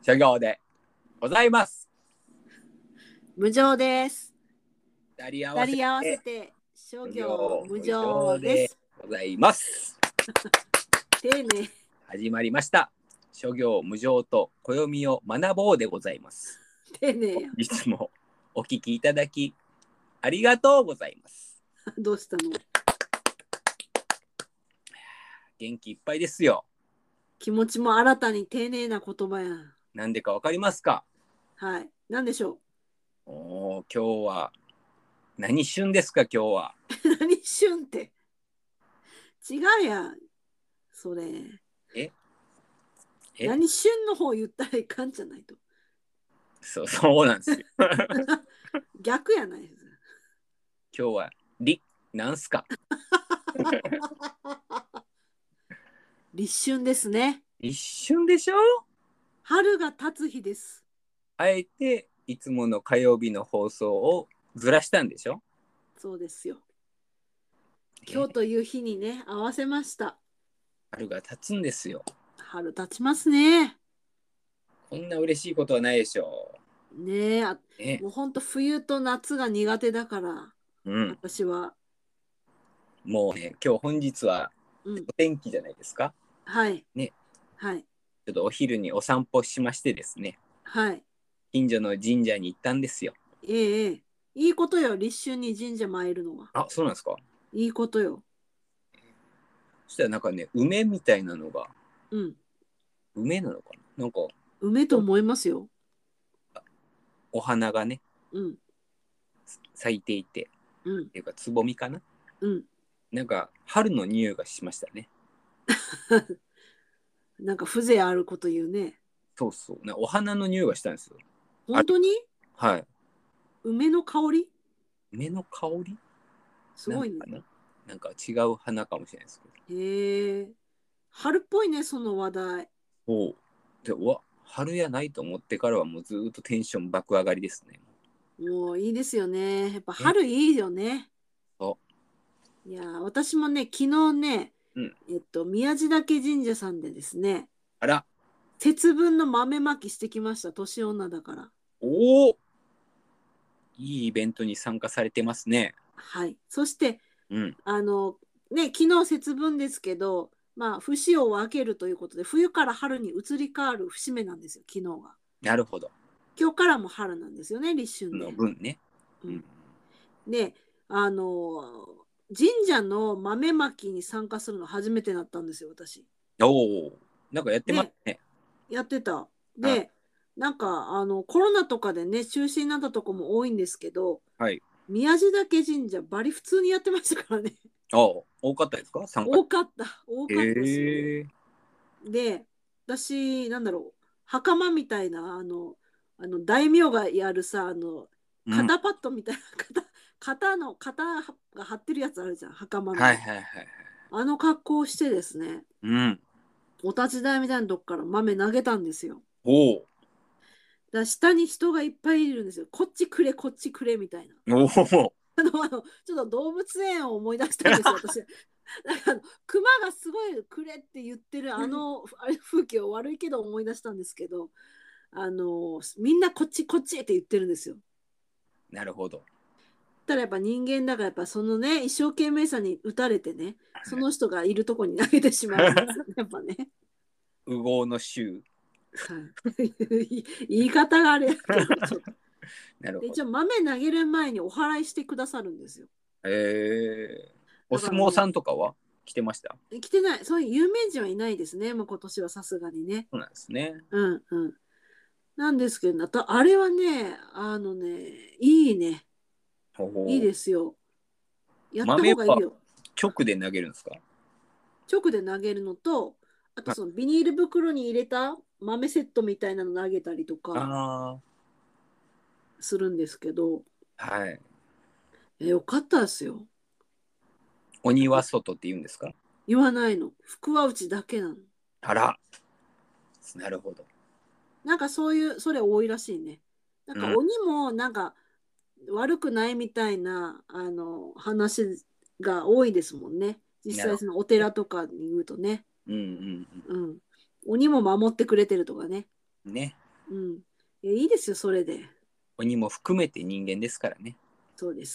諸行でございます。 無常です。 二人合二人合わせてて諸行無常無常です。 ございます。 丁寧。 始まりました。諸行無常と暦を学ぼうでございます。 丁寧や。 いつもお聞きいただきありがとうございます。 どうしたの？ 元気いっぱいですよ。 気持ちも新たに丁寧な言葉や。 なんでかわかりますか？ はい。なんでしょ今日は何旬ですか？今日はう。何旬って。違うやん。それ。 え何旬の方言ったらいかんじゃないと。 そうなんですよ。 逆やないです。 今日はなんすか？ 立春ですね。 一瞬でしょ？ 春が経つ日です。 あえていつもの火曜日の放送をずらしたんでしょ？ そうですよ。今日という日にね、合わせました。 春が経つんですよ。 春経ちますね。 こんな嬉しいことはないでしょねえ、 ね。 もうほんと冬と夏が苦手だから、私は。 もうね、本日はお天気じゃないですか。 はい。 ね。 はい。 ちょっとお昼にお散歩しましてですね。 はい。 近所の神社に行ったんですよ。 ええ、いいことよ、立春に神社参るのは。 あ、そうなんですか。 いいことよ。 そしたらなんかね、梅みたいなのが、梅なのかな、なんか梅と思いますよ。 お花がね、咲いていて、っていうかつぼみかな。なんか春の匂いがしましたね。 なんか風情あること言うね。 そうそう。お花の匂いがしたんですよ。 本当に？ はい。 梅の香り？ 梅の香りすごいね。 なんか違う花かもしれないですけど。 へえ。春っぽいね、その話題。 おで、春やないと思ってからはもうずっとテンション爆上がりですね。 もういいですよね。やっぱ春いいよね。いや、私もね、昨日ね、宮地嶽神社さんでですね、 あら。 節分の豆まきしてきました。年女だから。 おお。いいイベントに参加されてますね。 はい。そして、昨日節分ですけど、まあ、節を分けるということで、冬から春に移り変わる節目なんですよ、昨日が。 なるほど。 今日からも春なんですよね、立春で。 の分ね。 で、神社の豆まきに参加するの初めてだったんですよ、私。 おお。なんかやってますね。 やってた。で、なんかコロナとかでね、中止になったとこも多いんですけど、宮地嶽神社バリ普通にやってましたからね。 多かったですか？ 多かったですよ。で、私、袴みたいな、大名がやるさ、肩パッドみたいな、肩が張ってるやつあるじゃん、袴の。あの格好をしてですね、お立ち台みたいなとこから豆投げたんですよ。だ下に人がいっぱいいるんですよ。こっちくれ、こっちくれみたいな。ちょっと動物園を思い出したんですよ、私。熊がすごいくれって言ってるあれ風景を悪いけど思い出したんですけど、みんなこっちこっちって言ってるんですよ。 なるほど。 ただやっぱ人間だからやっぱそのね、一生懸命さに打たれてね、その人がいるとこに投げてしまうんですよね、やっぱね。 右往の衆。 言い方があれやけど、ちょっと。 なるほど。 一応豆投げる前にお祓いしてくださるんですよ。 お相撲さんとかは来てました？ 来てない。そういう有名人はいないですね。もう今年はさすがにね。 そうなんですね。 なんですけど、あれはね、いいね。いいですよ。やった方がいいよ。 直で投げるんですか？ 直で投げるのと、あとそのビニール袋に入れた豆セットみたいなの投げたりとかするんですけど、よかったですよ。 鬼は外って言うんですか？ 言わないの。福は内だけなの。 あら。なるほど。 なんかそういう、それ多いらしいね。なんか鬼もなんか悪くないみたいな話が多いですもんね。実際そのお寺とかに言うとね。鬼も守ってくれてるとかね。 うん。いいですよ、それで。 鬼も含めて人間ですからね。 そうです。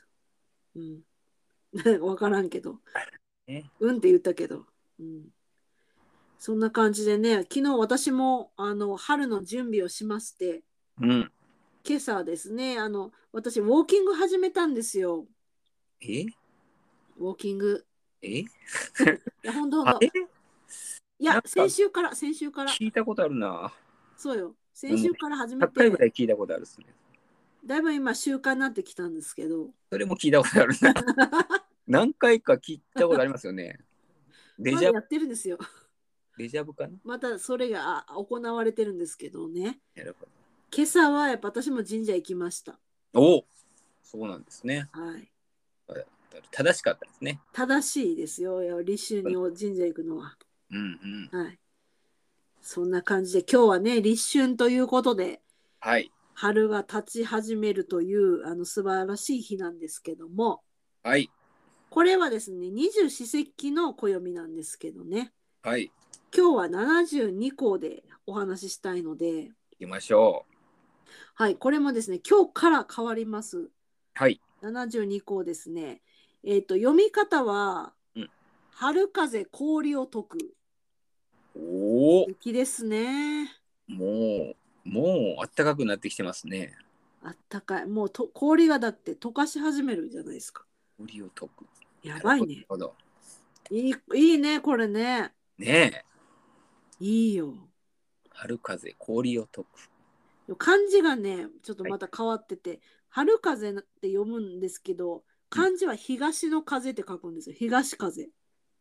うん。わからんけど。 ね。 うんって言ったけど。うん。そんな感じでね、昨日私も春の準備をしまして、 うん。 今朝ですね、私、ウォーキング始めたんですよ。 えウォーキング。 えいや、ほんとほんと。 あれいや、 なんか先週から。 聞いたことあるな。 そうよ。先もう週から始め 100回ぐて、 らい聞いたことあるっすね。 だいぶ今習慣になってきたんですけど。 それも聞いたことあるな。何回か聞いたことありますよね。デジャブ、 まだやってるんですよ。 デジャブかな。 またそれが行われてるんですけどね。 なるほ今朝はやっぱ私も神社行きました。 ど。おお、そうなんですね。 はい。 正しかったですね。 正しいですよ。立春に神社行くのは。 うんうん。 はい。そんな感じで今日はね、立春ということで、 はい。 春が立ち始めるという素晴らしい日なんですけども、 はい。 これはですね、二十四節気の暦なんですけどね、 はい。 今日は72項でお話ししたいので、 行きましょう。 はい、これもですね、今日から変わります。 はい。 72項ですね。読み方は、 うん、 春風氷を解く。 おお、 雪ですね。 もう暖かくなってきてますね。 あったかい。もう氷がだって溶かし始めるじゃないですか。 氷を解く。 やばいね。 なるほど。 いいね、これね。 ねえ。 いいよ。 春風、氷を解く。 漢字がね、ちょっとはい。 また変わってて、春風って読むんですけど、 うん、 漢字は東の風って書くんですよ。東風。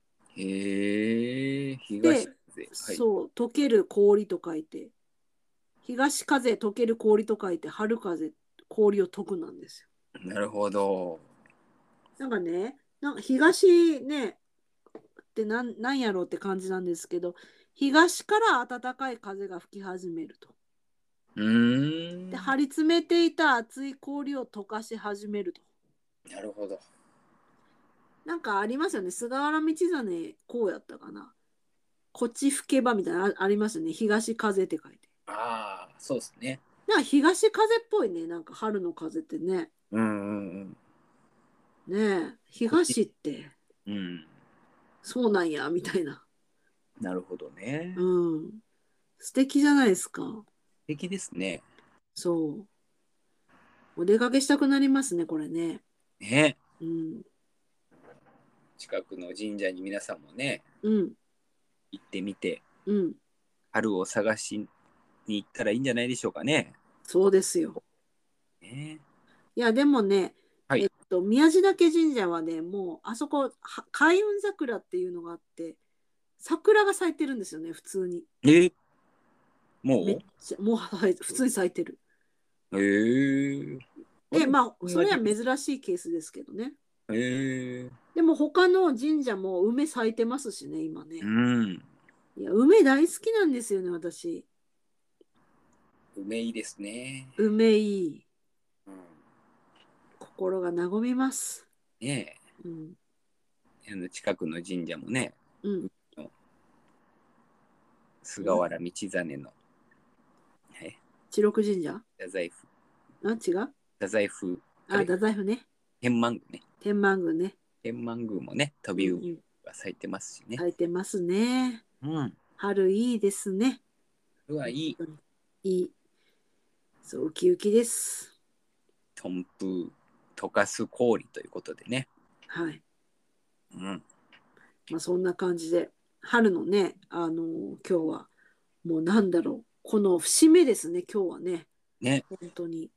へえ、東で、 風。はい。 そう、溶ける氷と書いて、東風溶ける氷と書いて、春風氷を解くなんですよ。 なるほど。 なんかね、なんか東ね、ってなんやろうって感じなんですけど、東から暖かい風が吹き始めると。 うーで、 ん。 張り詰めていた熱い氷を溶かし始めると。 なるほど。 なんかありますよね。菅原道真、こうやったかな。こっち吹けばみたいなありますよね。東風って書いて。 ああ、そうですね。 なんか東風っぽいね。なんか春の風ってね。 うんうんうん。 ねえ、 こっち。 東って、 うん。 そうなんや、みたいな。 なるほどね。 うん。素敵じゃないですか。 素敵ですね。 そう。お出かけしたくなりますね、これね。 ね。 うん。 近くの神社に皆さんもね、 うん。 行ってみて、 うん。 春を探しに行ったらいいんじゃないでしょうかね。 そうですよ。 ね。 いや、でもね、 はい。 宮地嶽神社はね、もう、あそこ、開運桜っていうのがあって、桜が咲いてるんですよね、普通に。 え、 めっもちゃ、もう、はい、普通に咲いてる。 うあで、 れ、 まあ、それはこんな時期。 珍しいケースですけどね。 えでも、他の神社も梅咲いてますしね、今うね。 ん。 いや、梅大好きなんですよね、私。 梅いいですね。 梅いい。 うん、 心が和みます。 ねうん。 え。近くの神社もね、 うん。 菅原道真の、 千六神社太宰府、 違う太宰府、 あ、太宰府ね。 天満宮ね。 天満宮ね。 天満宮もね、飛び梅うんうん。 が咲いてますしね。 咲いてますね。 うん。 春いいですね。 うわ、いい。 本当にいい。そう、ウキウキです。 突風、溶かす氷ということでね。 はい。 うん。 まあ、そんな感じで、春のね、今日は、もうなんだろう。この節目ですね、今日はね。 ね。 本当に。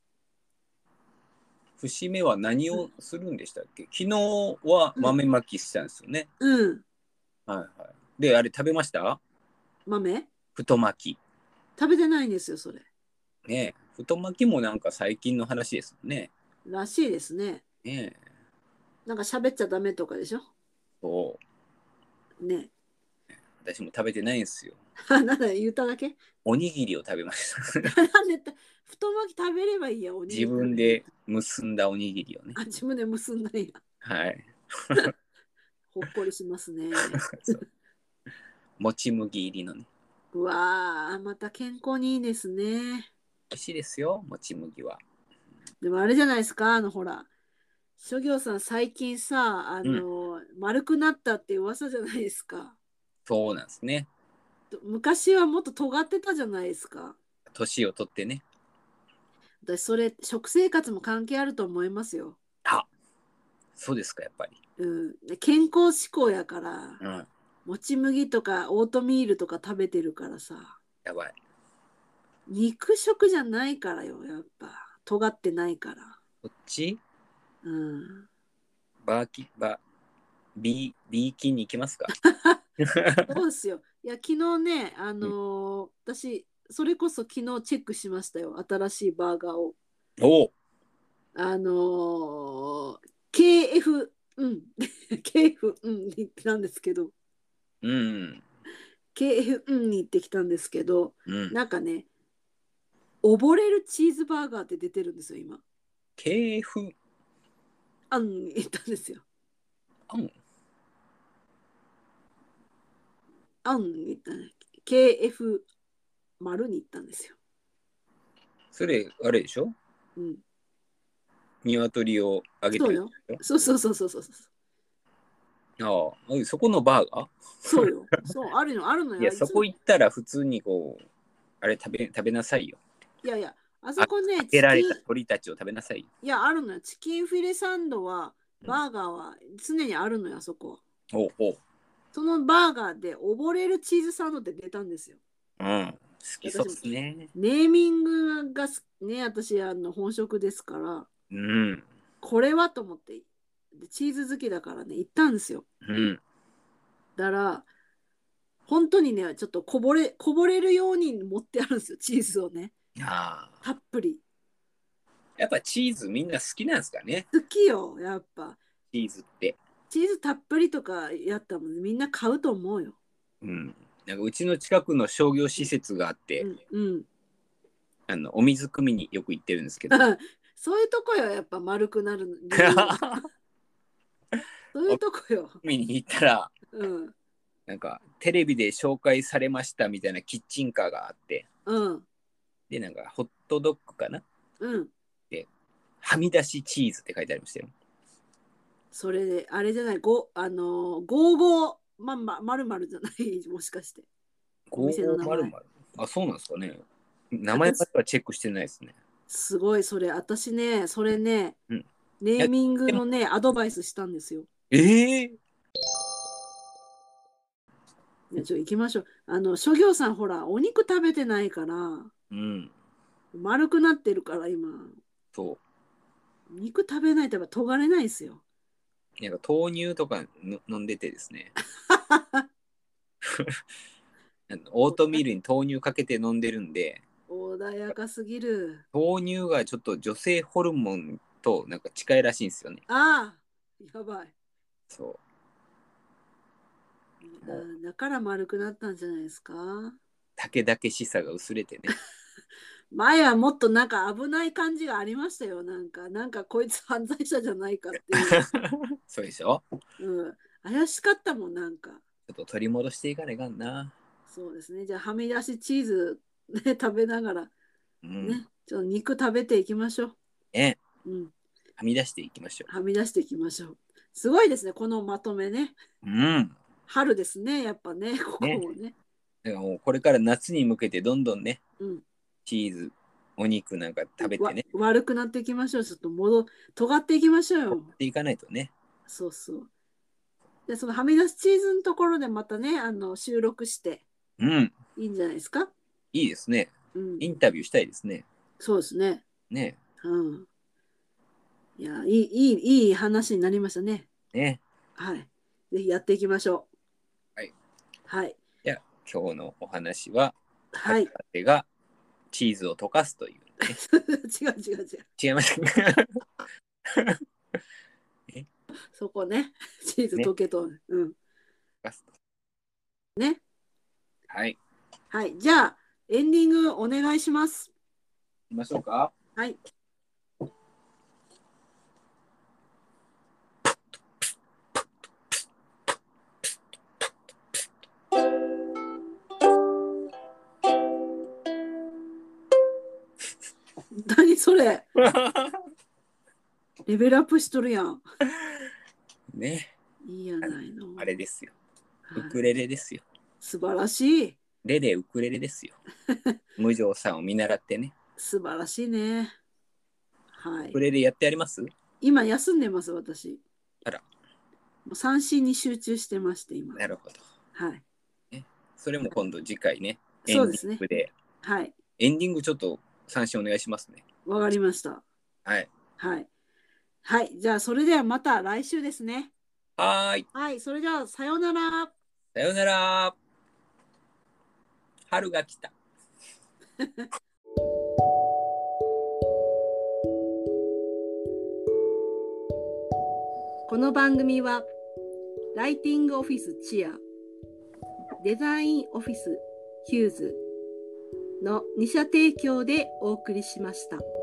節目は何うん。 をするんでしたっけ？昨日はうん。 豆まきしたんですよね。 うん。 はいはい。で、あれ食べました？ 豆太巻き。 食べてないんですよ、それ。 ね。太巻きもなんか最近の話ですもんね。 らしいですね。 ね。 なんか喋っちゃダメとかでしょそう。 ね。 私も食べてないんですよ。 なんだ、言っただけおにぎりを食べました。 なんで太巻き食べればいいや、おにぎ自り食べるんだっ分でた結んだおにぎりをね。 ら。自分で結んだんや。 はい。 ほっこりしますね。 そう。もち麦入りのね。 うわー、また健康にいいですね。 美味しいですよ、もち麦は。 でもあれじゃないですか、ほら、諸行さん最近さ、 うん。 丸くなったって噂じゃないですか。 そうなんですね。 昔はもっと尖ってたじゃないですか。 年を取ってね。 私、それ、食生活も関係あると思いますよ。 あ、そうですか、やっぱり。 うん。で健康志向やから、 うん。 もち麦とかオートミールとか食べてるからさ、 やばい。 肉食じゃないからよ、やっぱ。尖ってないから。 こっちうん。 バーキ、バ、ビーキンに行きますか？ そうですよ。いや、昨日ね、 うん、 私、それこそ昨日チェックしましたよ。新しいバーガーを。 おう。 あのー KF、うん。KF、うんに行ったんですけど、 うん。 KF、うんに行ってきたんですけど、 うん。 なんかね、溺れるチーズバーガーって出てるんですよ、今。 KF、 あんに行ったんですよ。 あん、 あんに行ったね。KF 丸に行ったんですよ。 それ、あれでしょ？ うん。 鶏をあげてるそうよ。 でしそうそうそうそうそうそう。 ょ？ああ、そこのバーガー。 そうよ。そう、あるの、あるのよ。 いや、そこ行ったら普通にこう、あれ食べなさいよ。 いやいや、ああ、 そこね、 開けられた鳥たちを食べなさいよ。 いや、あるのよ。チキンフィレサンドは、 うん。 バーガーは常にあるのよ、あそこ。 おうおう。 そのバーガーで溺れるチーズサンドって出たんですよ。 うん。好きそう私も、 っすね。 ネーミングがね、私、本職ですから、 うん。 これはと思って、でチーズ好きだからね、行ったんですよ。 うん。 だから、本当にね、ちょっとこぼれるように持ってあるんですよ、チーズをね。 ああ。 たっぷり。 やっぱチーズみんな好きなんですかね？ 好きよ、やっぱ。 チーズって。 チーズたっぷりとかやったもんね、みんな買うと思うよ。 うん。なんかうちの近くの商業施設があって、 うん、うん。 お水汲みによく行ってるんですけど、 そういうとこよ、やっぱ丸くなる理由は。そういうお水とこよ。 汲みに行ったら、 うん、 なんかテレビで紹介されましたみたいなキッチンカーがあって、 うん、 で、なんかホットドッグかなうん。 で、はみ出しチーズって書いてありましたよ。 それで、あれじゃない、ゴーゴーまるまるじゃない、もしかして。お店の名前。 5500。あ、そうなんですかね。名前ま私、 ではチェックしてないですね。 すごい、それ、私ね、それね、 うん。いや、 ネーミングでも、 のね、アドバイスしたんですよ。 ええいや、行きましょう。諸行さん、ほら、お肉食べてないから、 うん。 丸くなってるから、今。 そ肉食べないとやっぱ尖れないですよ。 う。なんか豆乳とか飲んでてですね。オートミールに豆乳かけて飲んでるんで、 穏やかすぎる。 豆乳がちょっと女性ホルモンとなんか近いらしいんですよね。 ああ、やばい。 そう。もう、 だから丸くなったんじゃないですか。 竹々しさが薄れてね。 前はもっとなんか危ない感じがありましたよ。なんかこいつ犯罪者じゃないかっていう。 そうでしょ？ うん。怪しかったもん、なんか。 ちょっと取り戻していかないかんな。 そうですね。じゃあ、はみ出しチーズ、ね、食べながら、 うん。 ね、ちょっと肉食べていきましょう。 ね。 うん。 はみ出していきましょはみ出していきましょう。すごいですね、このまとめね。 う。うん。 春ですね、やっぱね、ここね。 もね。 だからもうこれから夏に向けてどんどんね、 うん。 チーズ、お肉なんか食べてね、 悪くなっていきましょう。ちょっと尖っていきましょうよ。 取っていかないとね。 そうそう。で、そのはみ出しチーズのところでまたね、収録してうん。 いいんじゃないですか。 いいですね。 うん。 インタビューしたいですね。 そうですね。 ね。 うん。いや、いい話になりましたね。 ね。 はい。ぜひやっていきましょう。 はい。 はい。 じゃあ、今日のお話は、 はい。 函館がチーズを溶かすというね。 違う違う違う。 違いますね。えそこね。チーズね。 溶けと。うん。 溶かすと。 ね。 はい。 はい。じゃあ、エンディングお願いします。 行きましょうか。 はい。 それ。レベルアップしとるやん。 ね。 いいやないの。 あれですよ。ウクレレですよ。 素晴らしい。 レレウクレレですよ。無常さんを見習ってね。 素晴らしいね。はい。 ウクレレやってやります？ 今休んでます、私。 あら。 もう三振に集中してまして、今。 なるほど。 はい。 ね、それも今度次回ね。 そうですね。 エンディングで。 はい。 エンディングちょっと三振お願いしますね。 わかりました。 はい。 はい。はい。じゃあ、それではまた来週ですね。 はい。 はい。それでは、さようなら。 さようなら。春が来た。 この番組は、ライティングオフィスチア、デザインオフィスヒューズの2社提供でお送りしました。